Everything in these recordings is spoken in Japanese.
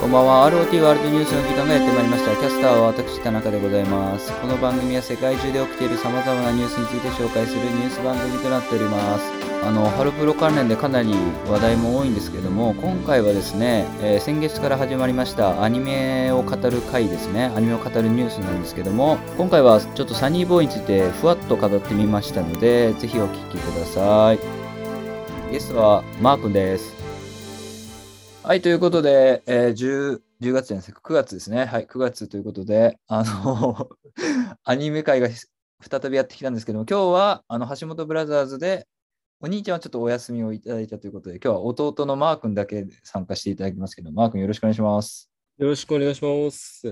こんばんは。ROT ワールドニュースの時間がやってまいりました。キャスターは私、田中でございます。この番組は世界中で起きている様々なニュースについて紹介するニュース番組となっております。ハロプロ関連でかなり話題も多いんですけれども、今回はですね、先月から始まりましたアニメを語る回ですね。アニメを語るニュースなんですけども、今回はちょっとサニーボーイについてふわっと語ってみましたので、ぜひお聞きください。ゲストはマー君です。はい、ということで、10月じゃないですか、9月ですね。はい、9月ということで、アニメ界が再びやってきたんですけども、今日は橋本ブラザーズで、お兄ちゃんはちょっとお休みをいただいたということで、今日は弟のマー君だけ参加していただきますけど、マー君よろしくお願いします。 よろしくお願いします。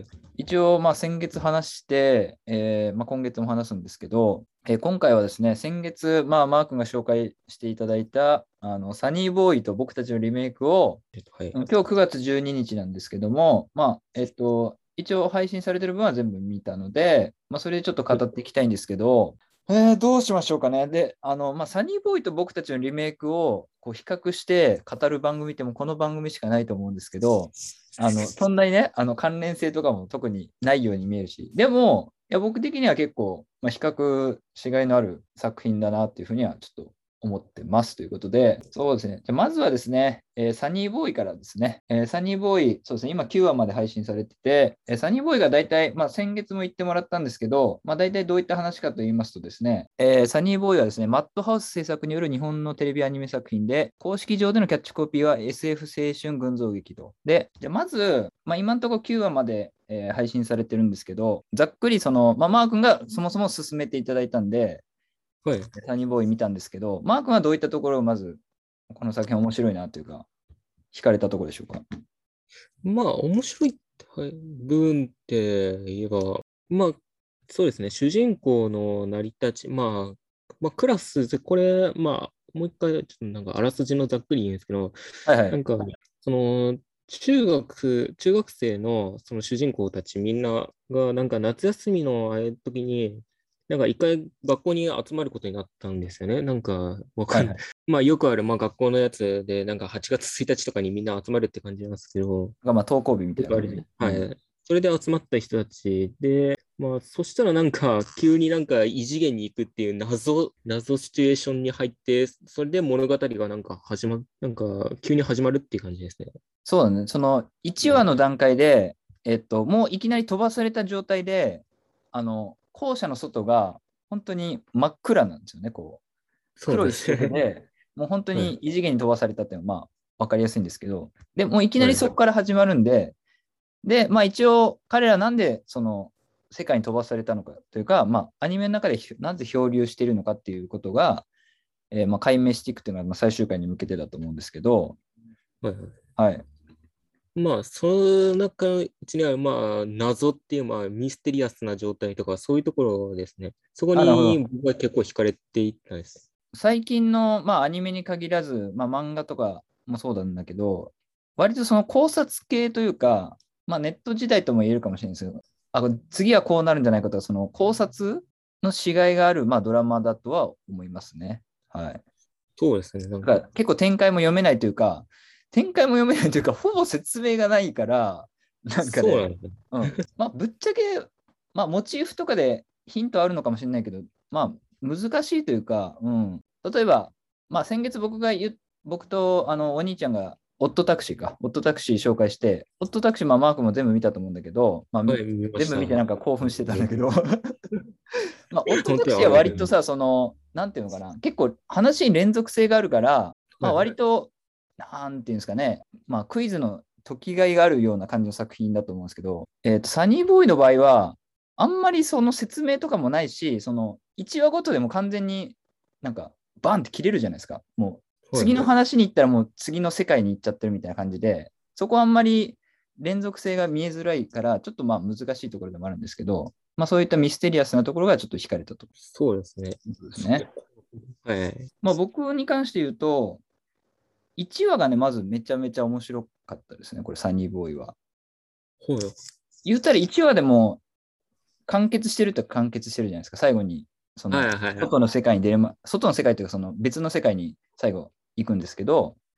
一応、先月話して、今月も話すんですけど、今回はですね、先月、マー君が紹介していただいたサニーボーイと僕たちのリメイクを、今日9月12日なんですけども、一応配信されてる分は全部見たので、それでちょっと語っていきたいんですけど、どうしましょうかね。で、サニーボーイと僕たちのリメイクをこう比較して語る番組ってもこの番組しかないと思うんですけど、そんなにね、関連性とかも特にないように見えるし、でも、いや僕的には結構、比較しがいのある作品だなっていうふうにはちょっと思ってますということで、そうですね。じゃまずはですね、サニーボーイからですね、サニーボーイ、そうですね、今9話まで配信されてて、サニーボーイが大体、先月も言ってもらったんですけど、大体どういった話かと言いますとですね、サニーボーイはですね、マッドハウス制作による日本のテレビアニメ作品で、公式上でのキャッチコピーは SF 青春群像劇と。で、じゃまず、今のところ9話まで配信されてるんですけど、ざっくりマー君がそもそも進めていただいたんで、 はい。 サニーボーイ見たんですけど、マー君はどういったところをまず、この作品面白いなというか、惹かれたところでしょうか。 面白い部分って言えば、そうですね、主人公の成り立ち、クラスで、これ、もう一回、ちょっとなんか、あらすじのざっくり言うんですけど、 はいはい。 なんか、その、中学生のその主人公たちみんなが、なんか夏休みの時に、なんか一回学校に集まることになったんですよね。なんか、わかんない。 はいはい。 よくある、学校のやつで、なんか8月1日とかにみんな集まるって感じなんですけど、 登校日みたいな感じ。 よくあるね。 うん。 はい。それで集まった人たちで、そしたらなんか、急になんか異次元に行くっていう謎シチュエーションに入って、それで物語がなんかなんか、急に始まるっていう感じですね。 そうだね。その1話の段階で、もういきなり飛ばされた状態で、校舎の外が本当に真っ暗なんですよね。こう、 そうなん黒一ですね。 色で、もう本当はい。 に異次元に飛ばされたっていうのは、わかりやすいんですけど、でもういきなりはい。 そこから始まるんで、で、一応、彼らなんでその世界に飛ばされたのかというか、アニメの中でなぜ漂流しているのかっていうことが、解明していくっていうのは最終回に向けてだと思うんですけど、 はい。 はい。 その中のうちには、謎っていう、ミステリアスな状態とか、そういうところですね。そこあ、なるほど。 に僕は結構惹かれていったんです。 最近の、アニメに限らず、漫画とかもそうなんだけど、割とその考察系というか、ネット時代とも言えるかもしれないですけど、次はこうなるんじゃないかとか、その考察のしがいがある、ドラマだとは思いますね。はい。 そうですね。 だから結構展開も読めないというか、展開も読めないというか、ほぼ説明がないから、なんかね、 そうなんですね。 ぶっちゃけ、モチーフとかでヒントあるのかもしれないけど、難しいというか、例えば、先月僕とお兄ちゃんが、オットタクシー紹介して、オットタクシー、マークも全部見たと思うんだけど、 はい、見ました。 全部見てなんか興奮してたんだけど、オットタクシーは本当に割とさ、なんていうのかな、結構話に連続性があるから、 はい。 割と、なんていうんですかね、クイズの解きがいがあるような感じの作品だと思うんですけど、サニーボーイの場合は、あんまりその説明とかもないし、その1話ごとでも完全になんかバンって切れるじゃないですか。もうはい。 次の話に行ったらもう次の世界に行っちゃってるみたいな感じで、そこはあんまり連続性が見えづらいから、ちょっと難しいところでもあるんですけど、そういったミステリアスなところがちょっと惹かれたというそうですね。 ことですね。 はい。 僕に関して言うと、1話がね、まずめちゃめちゃ面白かったですね、これ、サニーボーイは。 ほうよ。 言ったら1話でも完結してると完結してるじゃないですか、最後に、その、 はいはいはい。 外の世界に出る、外の世界というか、その別の世界に最後行くんですけど、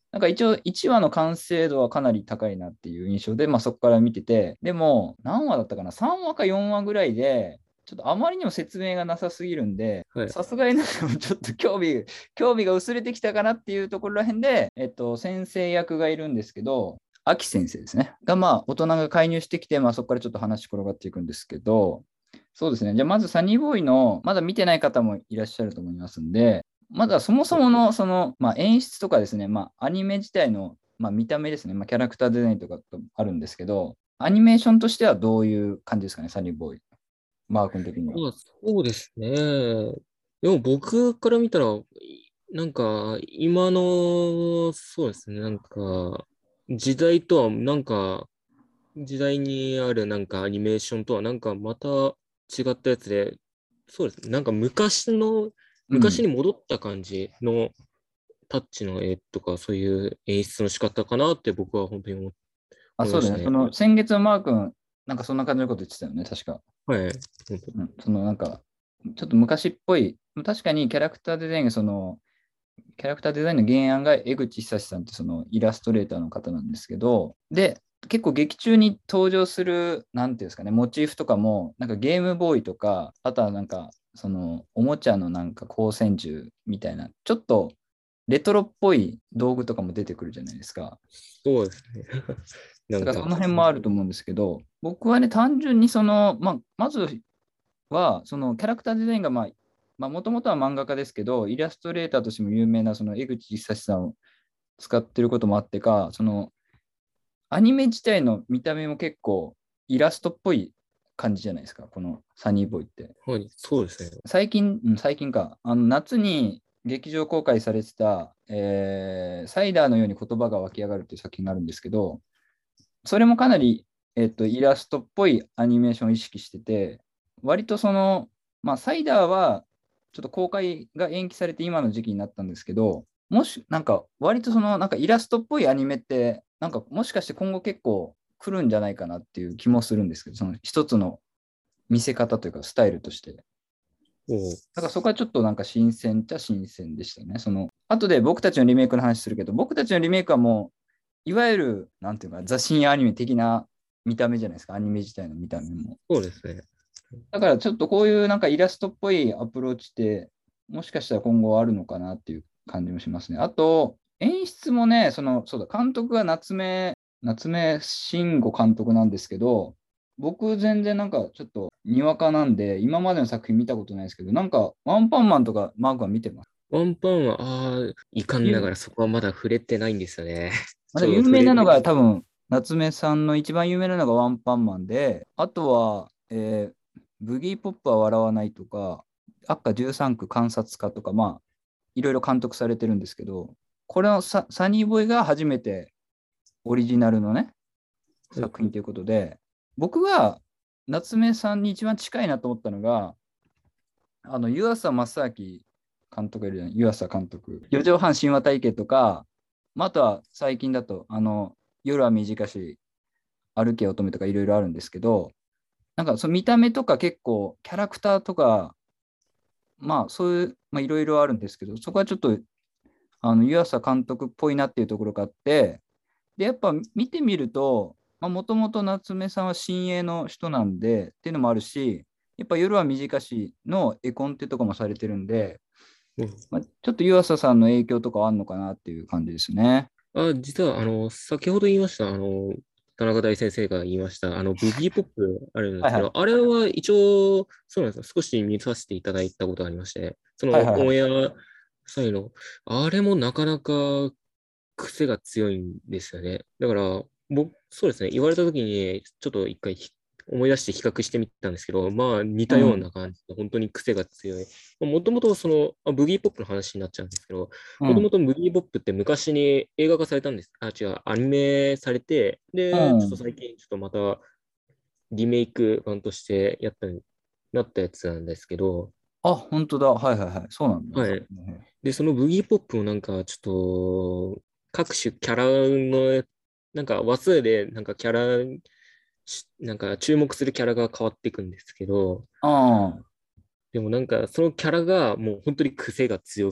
なんか一応1話の完成度はかなり高いなっていう印象で、まあそこから見てて、でも何話だったかな？ 3 話か4話ぐらいで、ちょっとあまりにも説明がなさすぎるんで、 はい。 さすがになんかもうちょっと興味が薄れてきたかなっていうところらへんで、先生役がいるんですけど、秋先生ですね。が、まあ、大人が介入してきて、まあ、そこからちょっと話転がっていくんですけど、そうですね。じゃあ、まずサニーボーイの、まだ見てない方もいらっしゃると思いますんで、まずはそもそもの、まあ、演出とかですね、まあ、アニメ自体の、まあ、見た目ですね、まあ、キャラクターデザインとかとあるんですけど、アニメーションとしてはどういう感じですかね、サニーボーイ。マー君的には。 まあ、そうですね。でも僕から見たら、なんか、今の、そうですね、なんか、時代とは、なんか、時代にあるなんかアニメーションとはなんかまた違ったやつで、そうですね、なんか昔うん。 に戻った感じのタッチの絵とか、そういう演出の仕方かなって僕は本当にあ、そうだね。 思いましたね。 先月のマー君、なんかそんな感じのこと言ってたよね、確か。 はい。 うん、なんか、ちょっと昔っぽい、確かにキャラクターデザインがキャラクターデザインの原案が江口久志さんってそのイラストレーターの方なんですけど、で、結構劇中に登場する、なんていうんですかね、モチーフとかも、なんかゲームボーイとか、あとはなんか、おもちゃのなんか光線銃みたいな、ちょっとレトロっぽい道具とかも出てくるじゃないですか。 そうですね。なだからそんか、 の辺もあると思うんですけど、僕はね、単純にまあ、まずは、そのキャラクターデザインが、もともとは漫画家ですけど、イラストレーターとしても有名なその江口久志さんを使ってることもあってか、アニメ自体の見た目も結構イラストっぽい感じじゃないですか、このサニーボーイって。 はい、そうですね。 最近か、夏に劇場公開されてた、サイダーのように言葉が湧き上がるっていう作品があるんですけど、それもかなり、イラストっぽいアニメーションを意識してて、割とまあ、サイダーはちょっと公開が延期されて今の時期になったんですけど、なんか、割となんかイラストっぽいアニメって、なんかもしかして今後結構来るんじゃないかなっていう気もするんですけど、その一つの見せ方というかスタイルとして。 おう、 だからそこはちょっとなんか新鮮っちゃ新鮮でしたね。後で僕たちのリメイクの話するけど、僕たちのリメイクはもう、いわゆる、なんていうか、雑深夜アニメ的な見た目じゃないですか、アニメ自体の見た目も。 そうですね。 だからちょっとこういうなんかイラストっぽいアプローチって、もしかしたら今後あるのかなっていう感じもしますね。あと、演出もね、そうだ、監督が夏目慎吾監督なんですけど、僕全然なんかちょっとにわかなんで、今までの作品見たことないですけど、なんかワンパンマンとかマークは見てます。 ワンパンは、いかんながゆらそこはまだ触れてないんですよね。 まちょうどだ有名なの触れる。 が多分、夏目さんの一番有名なのがワンパンマンで、あとは、ブギーポップは笑わないとか、赤13区観察家とか、まあ、いろいろ監督されてるんですけど、これのサニーボーイが初めてオリジナルのね、 はい。 作品ということで、僕が夏目さんに一番近いなと思ったのが、湯浅正明監督いるじゃない、湯浅監督。四畳半神話体系とか、まあ、あとは最近だと、夜は短し、歩け乙女とかいろいろあるんですけど、なんかその見た目とか結構キャラクターとか、まあそういう、まあいろいろあるんですけど、そこはちょっと、湯浅監督っぽいなっていうところがあって、で、やっぱ見てみると、もともと夏目さんは新鋭の人なんで、っていうのもあるし、やっぱ夜は短しの絵コンテとかもされてるんで、 うん。 まあ、ちょっと湯浅さんの影響とかはあるのかなっていう感じですね。 実は、先ほど言いました、田中大先生が言いました、ブギーポップあるんですけど、 はいはい。 あれは一応、そうなんですよ。少し見させていただいたことがありまして、そのはいはいはい。 オンエア際の、あれもなかなか癖が強いんですよね。だから、そうですね、言われたときに、ちょっと一回思い出して比較してみたんですけど、まあ似たよううん。 な感じで、本当に癖が強い。もともとブギーポップの話になっちゃうんですけど、もともうん。 とブギーポップって昔に映画化されたんです。違う、アニメされて、で、ちょっとうん。 最近、ちょっとまたリメイク版としてなったやつなんですけど、 あ、本当だ。はいはいはい。そうなんだ。 はい。で、そのブギーポップもなんか、ちょっと、各種キャラの、なんか話数で、なんかキャラ、なんか注目するキャラが変わっていくんですけど、 ああ。 でもなんかそのキャラがもう本当に癖が強くっ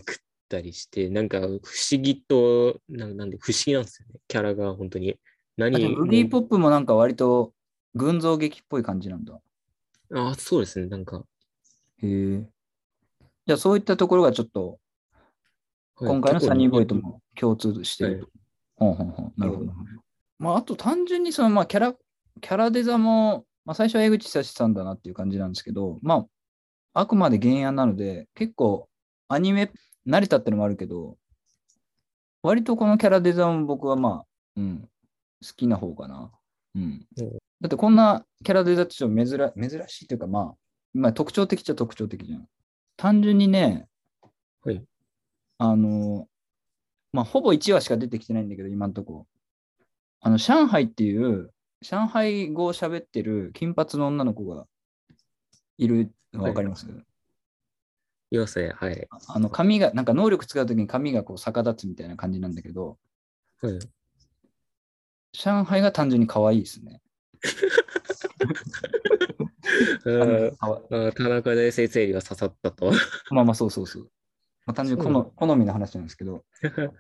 たりして、なんか不思議と、なんで不思議なんですよね。キャラが本当に。 じゃあ何も、 ブギーポップもなんか割と群像劇っぽい感じなんだ。 そうですね。なんか、 へえ。じゃあそういったところがちょっとはい、 今回の結構サニーボーイとに、 も共通してはい、 ると。ほんほんほん。なるほど。 うん、 まあ、あと単純にその、まあ、キャラデザも、まあ、最初は江口久志さんだなっていう感じなんですけど、まあ、あくまで原案なので、結構アニメ慣れたってのもあるけど、割とこのキャラデザも僕はまあ、うん、好きな方かな。うん。だってこんなキャラデザってちょっと珍しいというか、まあ特徴的っちゃ特徴的じゃん。単純にね、 はい。 あの、まあ、ほぼ1話しか出てきてないんだけど、今んとこ。上海っていう、上海語を喋ってる金髪の女の子がいるのはい。 わかります？ いますね。はい。 髪が、なんか能力使うときに髪がこう逆立つみたいな感じなんだけど、 はい。 上海が単純に可愛いですね。単純にかわ田中大先生には刺さったと。 まあまあ、そうそうそう。まあ、単純にそうなの。 好みの話なんですけど、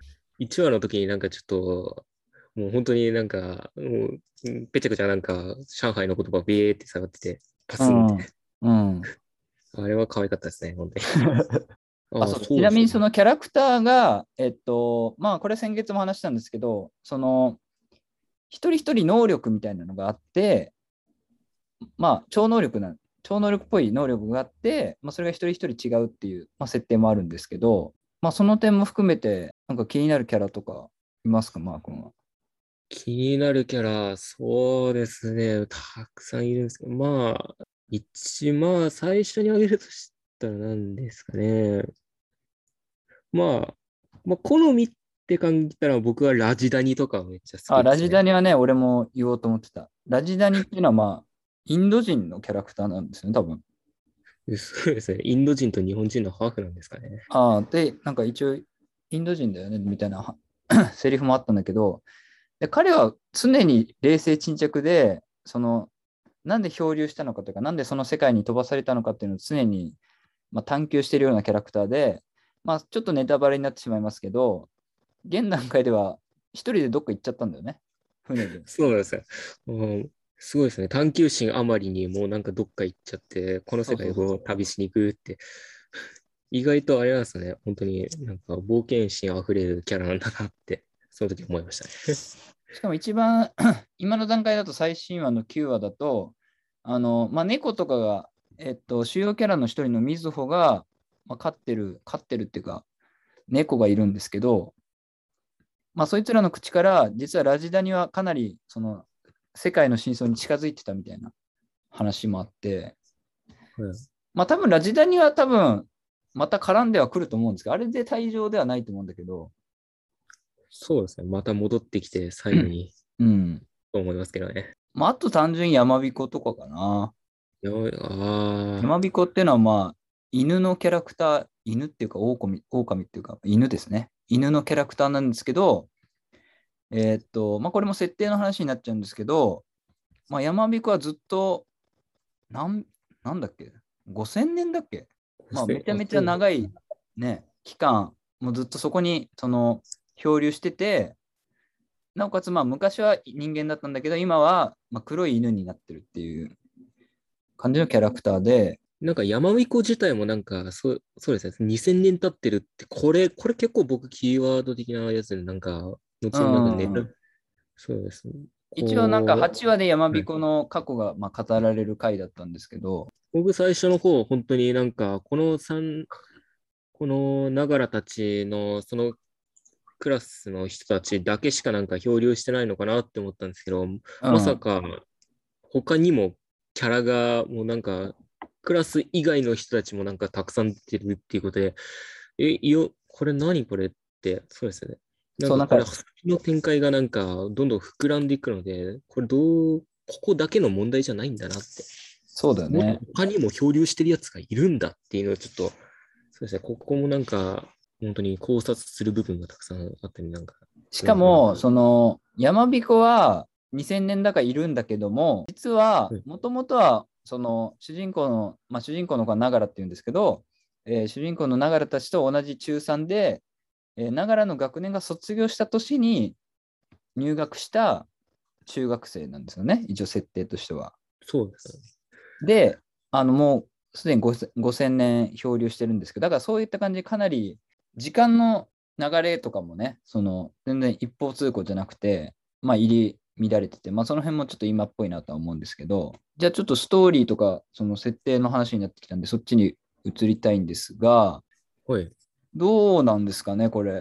1話の時になんかちょっと、もう本当になんか、もう、ぺちゃくちゃなんか、上海の言葉ビーって下がってて、パスンって。 うん。うん。 あれは可愛かったですね、本当に。 あ、 ああ、 そう。ちなみにそそうですね。 のキャラクターが、まあ、これ先月も話したんですけど、一人一人能力みたいなのがあって、まあ、超能力っぽい能力があって、まあ、それが一人一人違うっていう、まあ、設定もあるんですけど、まあ、その点も含めて、なんか気になるキャラとかいますか、マー君は。 気になるキャラ、そうですね。たくさんいるんですけど、まあ、最初に挙げるとしたら何ですかね。ま好みって感じたら僕はラジダニとかめっちゃ好あ、ラきですね。 ジダニはね、俺も言おうと思ってた。ラジダニっていうのは、まあ、インド人のキャラクターなんですよね、多分。 そうですね。インド人と日本人のハーフなんですかね。 ああ、で、なんか一応、インド人だよね、みたいなセリフもあったんだけど、で彼は常に冷静沈着で、なんで漂流したのかというか、なんでその世界に飛ばされたのかっていうのを常に、まあ、探求しているようなキャラクターで、まあ、ちょっとネタバレになってしまいますけど、現段階では一人でどっか行っちゃったんだよね、船で。 そうなんですよ。すごいですね。探求心あまりにもうなんかどっか行っちゃって、この世界そうそうそう。 を旅しに行くって、意外とあれなんですね。本当になんか冒険心あふれるキャラなんだなって、その時思いましたね。 しかも一番今の段階だと最新話の9話だと、まあ、猫とかが、主要キャラの一人のみずほが、まあ、飼ってるっていうか、猫がいるんですけど、まあ、そいつらの口から、実はラジダニはかなり、世界の真相に近づいてたみたいな話もあって、 はい、 まあ、多分ラジダニは多分、また絡んではくると思うんですけど、あれで退場ではないと思うんだけど、 そうですね。また戻ってきて最後にうん。 と思いますけどね。 まあ、あと単純に山彦とかかな。山彦っていうのは、まあ、犬のキャラクター、犬っていうか、狼っていうか、犬ですね。犬のキャラクターなんですけど、まあ、これも設定の話になっちゃうんですけど、まあ、山彦はずっと、なん、なんだっけ、5000年だっけ、まあ、めちゃめちゃそう。 長い、ね、期間、もうずっとそこに、漂流してて、なおかつ、まあ、昔は人間だったんだけど、今は、まあ、黒い犬になってるっていう感じのキャラクターで、 なんか山彦自体もなんか、そうですね。2000年経ってるって、これ結構僕キーワード的なやつで、なんか、 う後になんかネタ、 ん、 そうですね。 一応なんかこ 8話で山う、はい、 彦の過去がまあ語られる回だったんですけど、 僕最初の方、本当になんか、このながらたちの、そのクラスの人たちだけしかなんか漂流してないのかなって思ったんですけど、 うん、 まさか他にもキャラがもうなんかクラス以外の人たちもなんかたくさん出てるっていうことで、これ何これって、そうですね。なんそう、なんか、 かこれ、先の展開がなんかどんどん膨らんでいくので、ここだけの問題じゃないんだなって。もっとそうだよね。 他にも漂流してるやつがいるんだっていうのをちょっと、そうですね、ここもなんか、本当に考察する部分がたくさんあったりなんかしするのかな。 かも、山彦は2000年だからいるんだけども、実は、 はい、 もともとは、主人公の子はながらっていうんですけど、 主人公の長良たちと同じ中3で、長良の学年が卒業した年に入学した中学生なんですよね、一応設定としては。 そうですね。 で、もうすでに5000年漂流してるんですけど、だからそういった感じでかなり時間の流れとかもね、全然一方通行じゃなくて、まあ、入り乱れてて、まあ、その辺もちょっと今っぽいなとは思うんですけど、じゃあちょっとストーリーとか、その設定の話になってきたんで、そっちに移りたいんですが、 はい。 どうなんですかね、これ。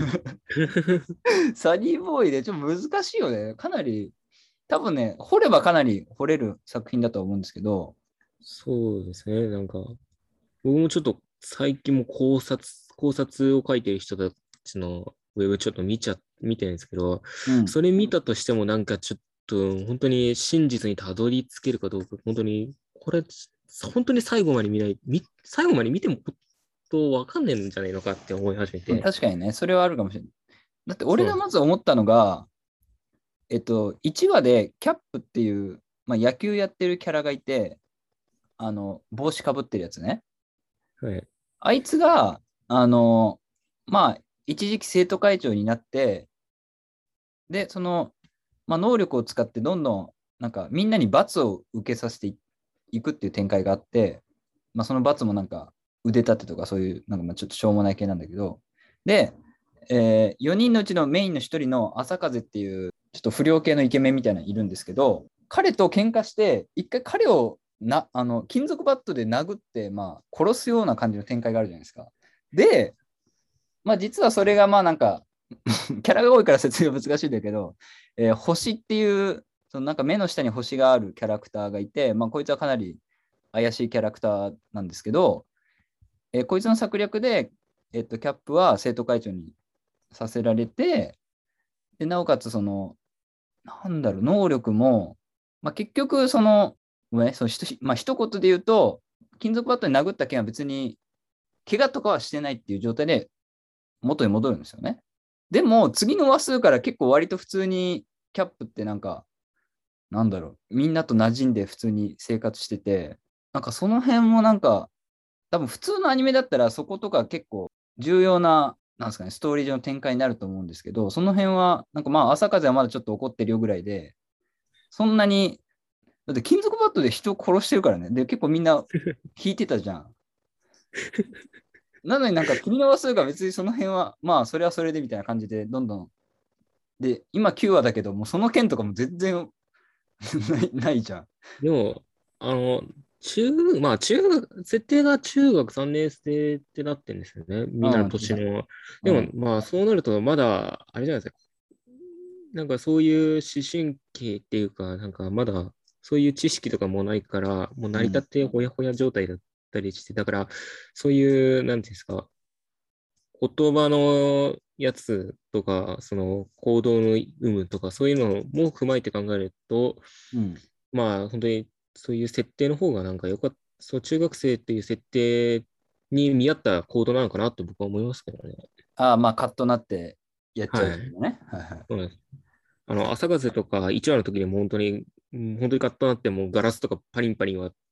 サニーボーイでちょっと難しいよね。かなり、多分ね、掘ればかなり掘れる作品だと思うんですけど、 そうですね。なんか、僕もちょっと最近も考察を書いてる人たちのウェブちょっと見てるんですけど、 うん。 それ見たとしてもなんかちょっと本当に真実にたどり着けるかどうか、本当に、これ、本当に最後まで最後まで見てもとわかんないんじゃないのかって思い始めて。 確かにね、それはあるかもしれない。だって俺がそうなんです。 まず思ったのが、1話でキャップっていう、まあ、野球やってるキャラがいて、帽子かぶってるやつね。 はい。 あいつが、まあ、一時期生徒会長になって、で、まあ、能力を使ってどんどん、なんかみんなに罰を受けさせていくっていう展開があって、まあ、その罰もなんか腕立てとかそういう、なんかまあちょっとしょうもない系なんだけど、で、4人のうちのメインの1人の朝風っていう、ちょっと不良系のイケメンみたいなのいるんですけど、彼と喧嘩して、一回彼を金属バットで殴って、まあ、殺すような感じの展開があるじゃないですか。で、まあ、実はそれがまあなんかキャラが多いから説明難しいんだけど、星っていうそのなんか目の下に星があるキャラクターがいて、まあ、こいつはかなり怪しいキャラクターなんですけど、こいつの策略で、キャップは生徒会長にさせられて、でなおかつなんだろう、能力も、まあ、結局ごめんね、まあ、一言で言うと、金属バットに殴った件は別に怪我とかはしてないっていう状態で元に戻るんですよね。でも、次の話数から結構割と普通にキャップってなんか、なんだろう、みんなと馴染んで普通に生活してて、なんかその辺もなんか、多分普通のアニメだったらそことか結構重要な、なんですかね、ストーリー上の展開になると思うんですけど、その辺は、なんかまあ、朝風はまだちょっと怒ってるよぐらいで、そんなに、だって金属バットで人を殺してるからね。で、結構みんな引いてたじゃん。なのになんか君の話数が別にその辺は、まあ、それはそれでみたいな感じで、どんどん。で、今9話だけど、もうその件とかも全然ないじゃん。 でも、あの、中学、設定が中学3年生ってなってんですよね。みんなのうん、 年の。でも、 うん。 まあ、そうなると、まだ、あれじゃないですか。なんかそういう思春期っていうか、なんかまだ、そういう知識とかもないから、もう成り立うん。 ってほやほや状態だったりして、だから、そういう、なんていうんですか、言葉のやつとか、その行動の有無とか、そういうのも踏まえて考えると、 うん。 まあ、本当にそういう設定の方がなんかよかった、そう、中学生っていう設定に見合った行動なのかなと僕は思いますけどね。 ああ、まあ、カッとなってやっちゃうっていうはい。 のね。はいはい。 そうなんです。朝風とか1話の時でも本当に、本当にカッとなってもうガラスとかパリンパリン割って、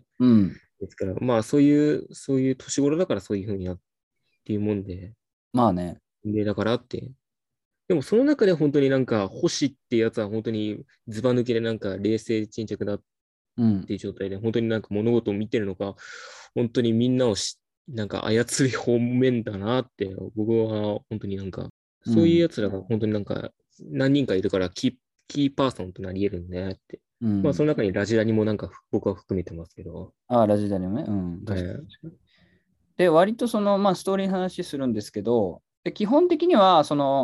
うん。 ですから、まあそういう年頃だからそういうふうになっていうもんで、 まあね。 だからって。でもその中で本当になんか星っていうやつは本当にズバ抜けでなんか冷静沈着だっうん。 ていう状態で、本当になんか物事を見てるのか、本当にみんなをなんか操り方面だなって、僕は本当になんか、そういううん。 奴らが本当になんか何人かいるからキーパーソンとなり得るんだねって。まあ、そうん。 の中にラジラにもなんか僕は含めてますけど、 ああ、ラジダリもね。うん。確かにはい。 確かに。で、割とまあ、ストーリーの話するんですけど、で基本的には、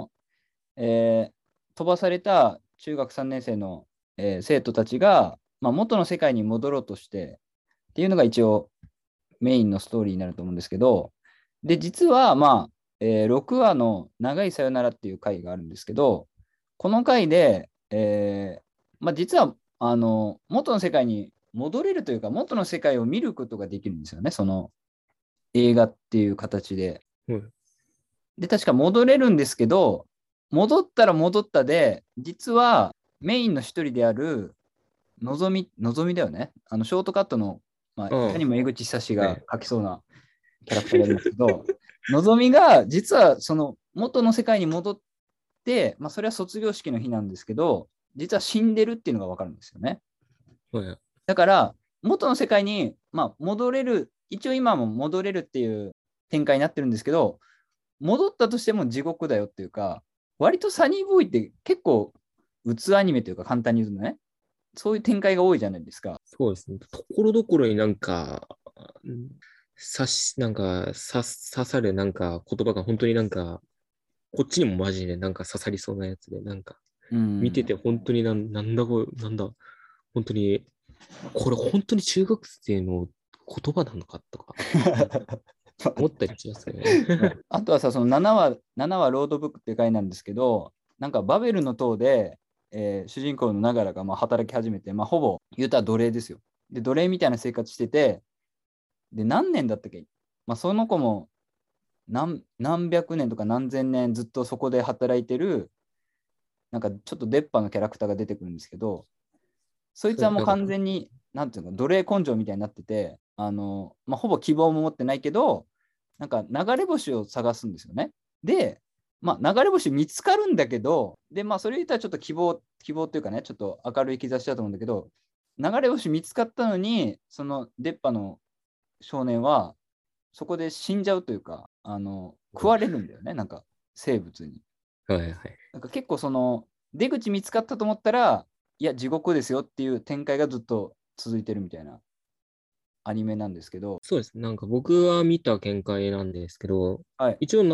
飛ばされた中学3年生の、生徒たちが、まあ、元の世界に戻ろうとしてっていうのが一応メインのストーリーになると思うんですけど、で、実は、まあ、6話の長いさよならっていう回があるんですけど、この回で、まあ、実は、元の世界に戻れるというか、元の世界を見ることができるんですよね、その映画っていう形で。 はい。 で、確か戻れるんですけど、戻ったら戻ったで、実はメインの一人であるのぞみだよね。ショートカットの、まあ、いかにああ、 も江口久志がはい。 書きそうなキャラクターがいるんですけど、のぞみが実はその元の世界に戻って、それは卒業式の日なんですけど、実は死んでるっていうのが分かるんですよね。 はい。 だから、元の世界に、戻れる、一応今も戻れるっていう展開になってるんですけど、戻ったとしても地獄だよっていうか、割とサニーボーイって結構、うつアニメというか、簡単に言うとね、そういう展開が多いじゃないですか。 そうですね。ところどころになんか、刺さるなんか言葉が本当になんか、こっちにもマジでなんか刺さりそうなやつで、なんか、 うん。 見てて本当になんだこれ、なんだ、本当に、これ本当に中学生の言葉なのかとか、思ったりしますよね。 あとはさ、その7話ロードブックっていう回なんですけど、なんかバベルの塔で、主人公のナガラが働き始めて、ほぼ言うたら奴隷ですよ。で、奴隷みたいな生活してて、で、何年だったっけ、その子も何百年とか何千年ずっとそこで働いてる、なんかちょっと出っ歯のキャラクターが出てくるんですけど、そいつそう、 はもう完全に、なんていうの、奴隷根性みたいになってて、ほぼ希望も持ってないけど、なんか流れ星を探すんですよね。で、流れ星見つかるんだけど、で、それ言ったらちょっと希望っていうかね、ちょっと明るい兆しだと思うんだけど、流れ星見つかったのに、その出っ歯の少年は、そこで死んじゃうというか、食われるんだよね、なんか生物に。 はいはい。 なんか結構その出口見つかったと思ったら、いや、地獄ですよっていう展開がずっと続いてるみたいなアニメなんですけど、 そうです。なんか僕は見た見解なんですけど、 はい。 一応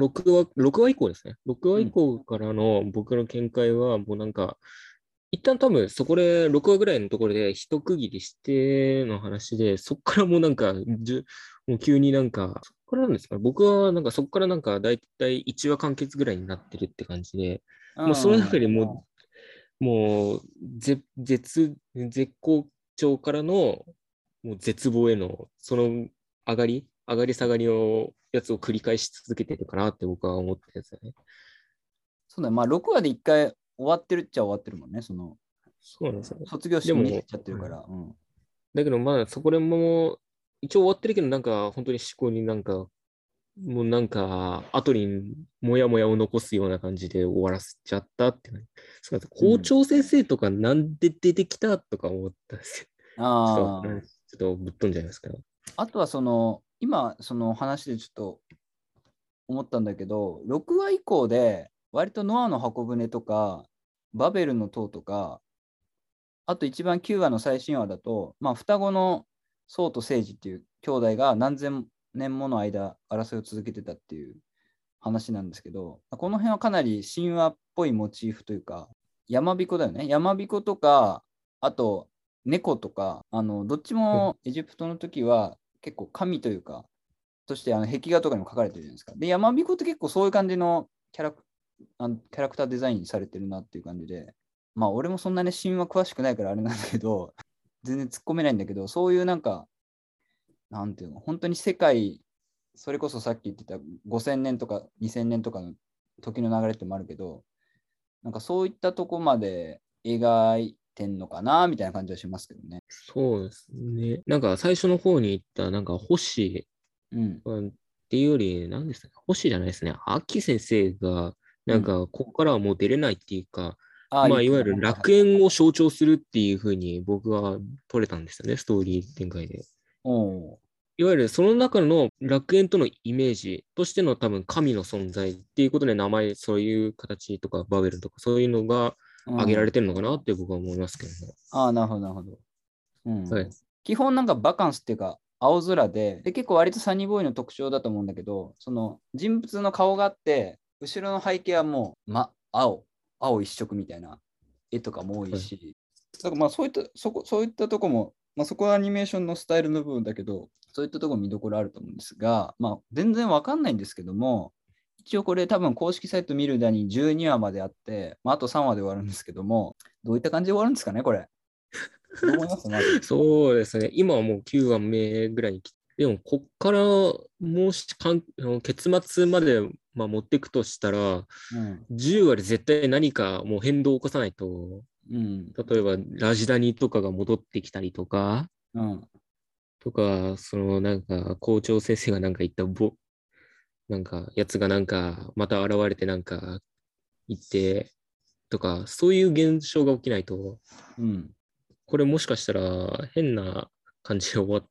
6話以降ですね。6話以うん。 降からの僕の見解は、もうなんか、一旦多分そこで6話ぐらいのところで一区切りしての話で、そこからもうなんか、もう急になんか、そこからなんですかね。僕はなんかそこからなんかだいたい1話完結ぐらいになってるって感じで、 うもうその中ん。 でもう絶好調からのもう絶望への、その上がり下がりのやつを繰り返し続けてるかなって僕は思ってるんですよね。 そうだね。6話で1回終わってるっちゃ終わってるもんね。そのそうなんですよね。 卒業でも、 式もね、しちゃってるはい、 から。うん。 だけどまあそこでも一応終わってるけど、なんか本当に思考になんか、もうなんか後にもやもやを残すような感じで終わらせちゃったってね。そうなんです。 うん。 校長先生とかなんで出てきたとか思ったんですよ。 あちょっとぶっ飛んじゃいますけど。 あ。あとはその、今、その話でちょっと思ったんだけど、6話以降で、割とノアの箱舟とか、バベルの塔とか、あと一番9話の最新話だと、双子のソウとセイジっていう兄弟が何千年もの間争いを続けてたっていう話なんですけど、この辺はかなり神話っぽいモチーフというか、山彦だよね。山彦とか、あと猫とか、どっちうん、 もエジプトの時は結構神というか、として壁画とかにも書かれてるじゃないですか。で、山彦って結構そういう感じのキャラクターデザインされてるなっていう感じで、俺もそんなに神話詳しくないからあれなんだけど、全然突っ込めないんだけど、そういうなんか、なんていうの、本当に世界、それこそさっき言ってた5000年とか2000年とかの時の流れってもあるけど、なんかそういったとこまで描いてんのかなみたいな感じはしますけどね。 そうですね。なんか最初の方に言ったなんか星うん。 っていうより、何ですかね。星じゃないですね。秋先生が、 うん。 なんかここからはもう出れないっていうか、 ああ、 まあいわゆる言ってたね。はいはい。 楽園を象徴するっていうふうに僕は取れたんですよね。ストーリー展開で。 おお。 いわゆるその中の楽園とのイメージとしての多分神の存在っていうことで名前、そういう形とかバベルとかそういうのがうん。 挙げられてるのかなって僕は思いますけどね。 ああ、なるほど、なるほど。うん。 はい。 基本なんかバカンスっていうか、青空で、結構割とサニーボーイの特徴だと思うんだけど、その人物の顔があって、後ろの背景はもう、青一色みたいな絵とかも多いはい。 し、だからそういったとこも、そこはアニメーションのスタイルの部分だけど、そういったところ見どころあると思うんですが、全然わかんないんですけども、一応これ多分公式サイト見るだに12話まであって、あと3話で終わるんですけども、どういった感じで終わるんですかね、これ。どう思いますまず。 そうですね。今はもう9話目ぐらいに来て、でもこっからもしかん、あの結末まで、まあ、持っていくとしたら、 うん。 10話で絶対何かもう変動を起こさないと、 うん。 例えばラジダニとかが戻ってきたりとか、 うん。 とか、なんか、校長先生がなんか言ったなんか、やつがなんか、また現れてなんか、言って、とか、そういう現象が起きないと、 うん。 これもしかしたら変な感じで終わって、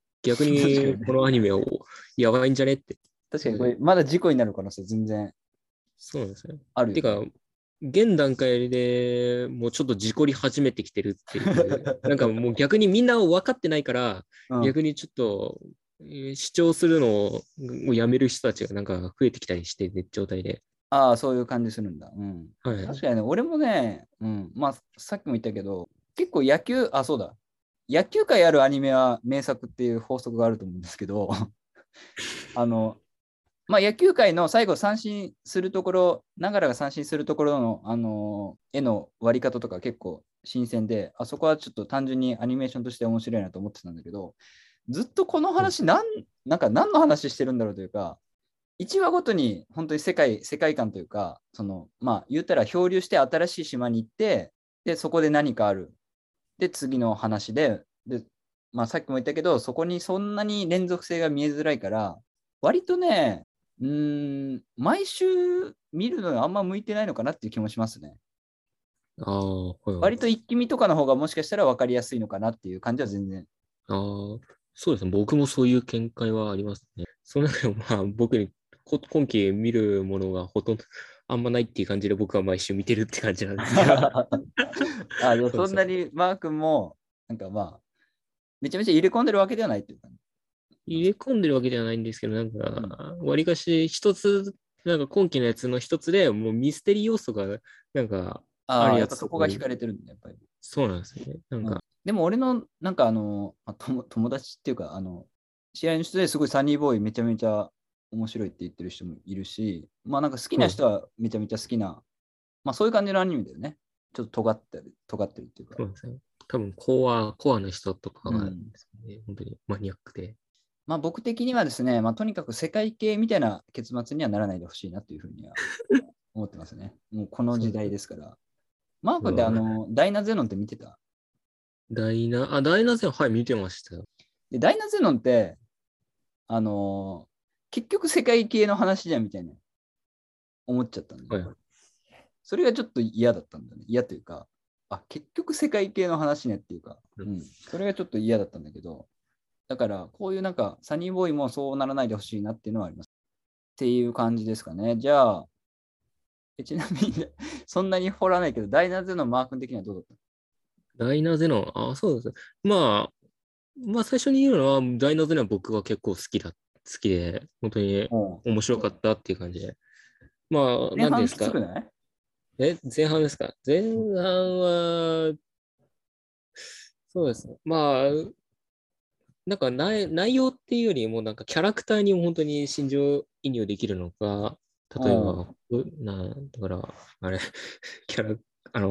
逆確かにこにね。 のアニメをやばいんじゃねって。 確かにこれ、まだ事故になる可能性全然そうなんですね。てか、 あるよね。 現段階でもうちょっと事故り始めてきてるっていう、なんかもう逆にみんな分かってないから、 うん。 逆にちょっと、主張するのをやめる人たちがなんか増えてきたりしてる状態で。 ああ、そういう感じするんだ。うん。 はい。 確かにね、俺もね、うん。まあ、さっきも言ったけど、結構野球、あ、そうだ。野球界あるアニメは名作っていう法則があると思うんですけど、あの、まあ、野球界の最後三振するところ、ながらが三振するところの、絵の割り方とか結構新鮮で、あそこはちょっと単純にアニメーションとして面白いなと思ってたんだけど、ずっとこの話なんか何の話してるんだろうというか、1話ごとに本当に世界観というか、まあ、言ったら漂流して新しい島に行って、で、そこで何かある。で、次の話で、まあ、さっきも言ったけど、そこにそんなに連続性が見えづらいから、割とね、毎週見るのにあんま向いてないのかなっていう気もしますね。 ああ、はいはい。 割と一気見とかの方がもしかしたら分かりやすいのかなっていう感じは全然。 ああ、そうですね。僕もそういう見解はありますね。その中でもまあ僕に今期見るものがほとんどあんまないっていう感じで僕は毎週見てるって感じなんですけど。 あ、じゃあそうですね。 そんなにマー君も、なんかまあ、めちゃめちゃ入れ込んでるわけではないっていう感じなんですか。 入れ込んでるわけではないんですけど、なんうん。 か、わりかし一つ、なんか今期のやつの一つでもうミステリー要素がなんかあああ、やっぱるやつとか、 そこが惹かれてるんだ、やっぱり。 そうなんですよね。なんうん。 か、 でも俺の、なんか友達っていうか、試合の人ですごいサニーボーイめちゃめちゃ面白いって言ってる人もいるし、まあなんか好きはい、 な人はめちゃめちゃ好きな、まあそういう感じのアニメだよね。ちょっと尖ってるっていうか。 そうなんですよ。多分コアの人とかがでうん。 すね、本当にマニアックで。 まあ僕的にはですね、まあとにかく世界系みたいな結末にはならないでほしいなというふうには思ってますね。もうこの時そうですね。 代ですから。マー君でうわダイナゼノンって見てた？ ダイナゼン、はい、見てましたよ。 で、ダイナゼノンって、あの結局世界系の話じゃんみたいな思っちゃったんだよね。 はい。 それがちょっと嫌だったんだよね。嫌というか、あ、結局世界系の話ねっていうか、うん。それがちょっと嫌だったんだけど、だからこういうなんかサニーボーイもそうならないでほしいなっていうのはあります。っていう感じですかね。じゃあ、ちなみにそんなに掘らないけど、ダイナゼのマー君的にはどうだったダイナゼノン、あ、そうです。まあ、まあ最初に言うのは、ダイナゼノンは僕は結構好きで、本当にの？ 面白かったっていう感じで。まあ、 前半きなんていうんですか。 つくない？ 前半ですか。前半は、そうですね。まあ、なんか内容っていうよりも、なんかキャラクターに本当に心情移入できるのか、 うん。 例えば、だから、あれ、キャラ、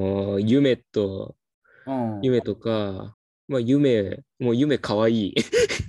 うん。 夢とか、まあ、もう夢かわいい。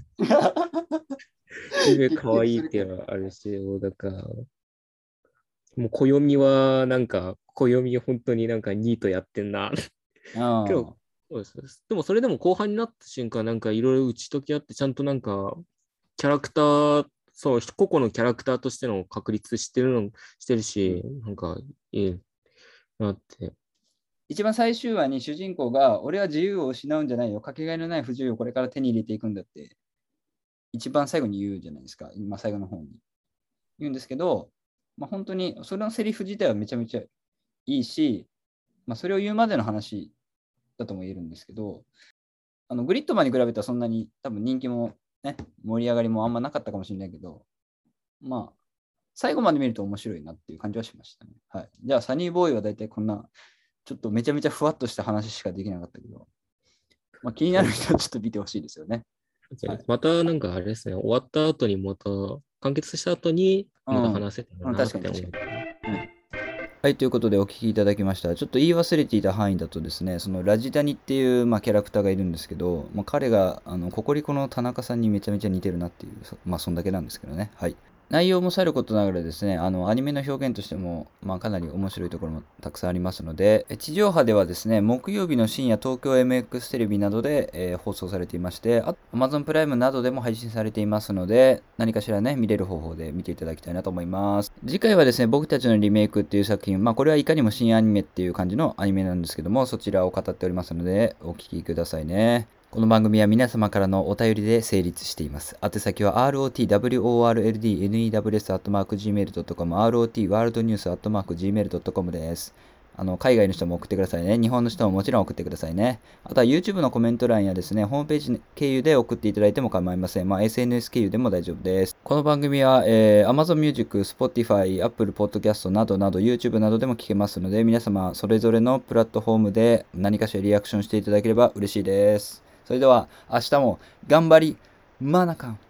夢結かわいいっていう局それかい。 のはあるし、もうだから、もう暦はなんか、暦本当になんかニートやってんな。 うけど、 ん。 そうです。そうです。でもそれでも後半になった瞬間、なんかいろいろ打ち解きあって、ちゃんとなんか、キャラクター、そう、個々のキャラクターとしての確立してるし、なんか、いいなって。 一番最終話に主人公が、俺は自由を失うんじゃないよ。かけがえのない不自由をこれから手に入れていくんだって、一番最後に言うじゃないですか。今最後の方に。言うんですけど、まあ、本当に、それのセリフ自体はめちゃめちゃいいし、まあ、それを言うまでの話だとも言えるんですけど、グリッドマンに比べたらそんなに多分人気も、ね、盛り上がりもあんまなかったかもしれないけど、まあ、最後まで見ると面白いなっていう感じはしましたね。はい。じゃあ、サニーボーイは大体こんな、ちょっとめちゃめちゃふわっとした話しかできなかったけど、まあ、気になる人はちょっと見てほしいですよね。はい。 またなんかあれですね、終わった後にまた、完結した後にまたうん。 話せたらうん、 なって思う。 確かに確かに。うん。はい、ということでお聞きいただきました。ちょっと言い忘れていた範囲だとですね、そのラジダニっていう、まあ、キャラクターがいるんですけど、まあ、彼がココリコの田中さんにめちゃめちゃ似てるなっていう、まあ、そんだけなんですけどね。はい。 内容もさることながらですね、アニメの表現としても、かなり面白いところもたくさんありますので、地上波ではですね、木曜日の深夜、東京 MX テレビなどで、放送されていまして、あと Amazon プライムなどでも配信されていますので、何かしらね、見れる方法で見ていただきたいなと思います。次回はですね、僕たちのリメイクっていう作品、これはいかにも新アニメっていう感じのアニメなんですけども、そちらを語っておりますので、お聞きくださいね。この番組は皆様からのお便りで成立しています。宛先は rotworldnews.gmail.com、rotworldnews.gmail.com です。海外の人も送ってくださいね。日本の人ももちろん送ってくださいね。あとは YouTube のコメント欄やですね、ホームページ経由で送っていただいても構いません。SNS 経由でも大丈夫です。この番組は、Amazon Music、Spotify、Apple Podcast などなど YouTube などでも聞けますので、皆様それぞれのプラットフォームで何かしらリアクションしていただければ嬉しいです。それでは明日も頑張りマナカン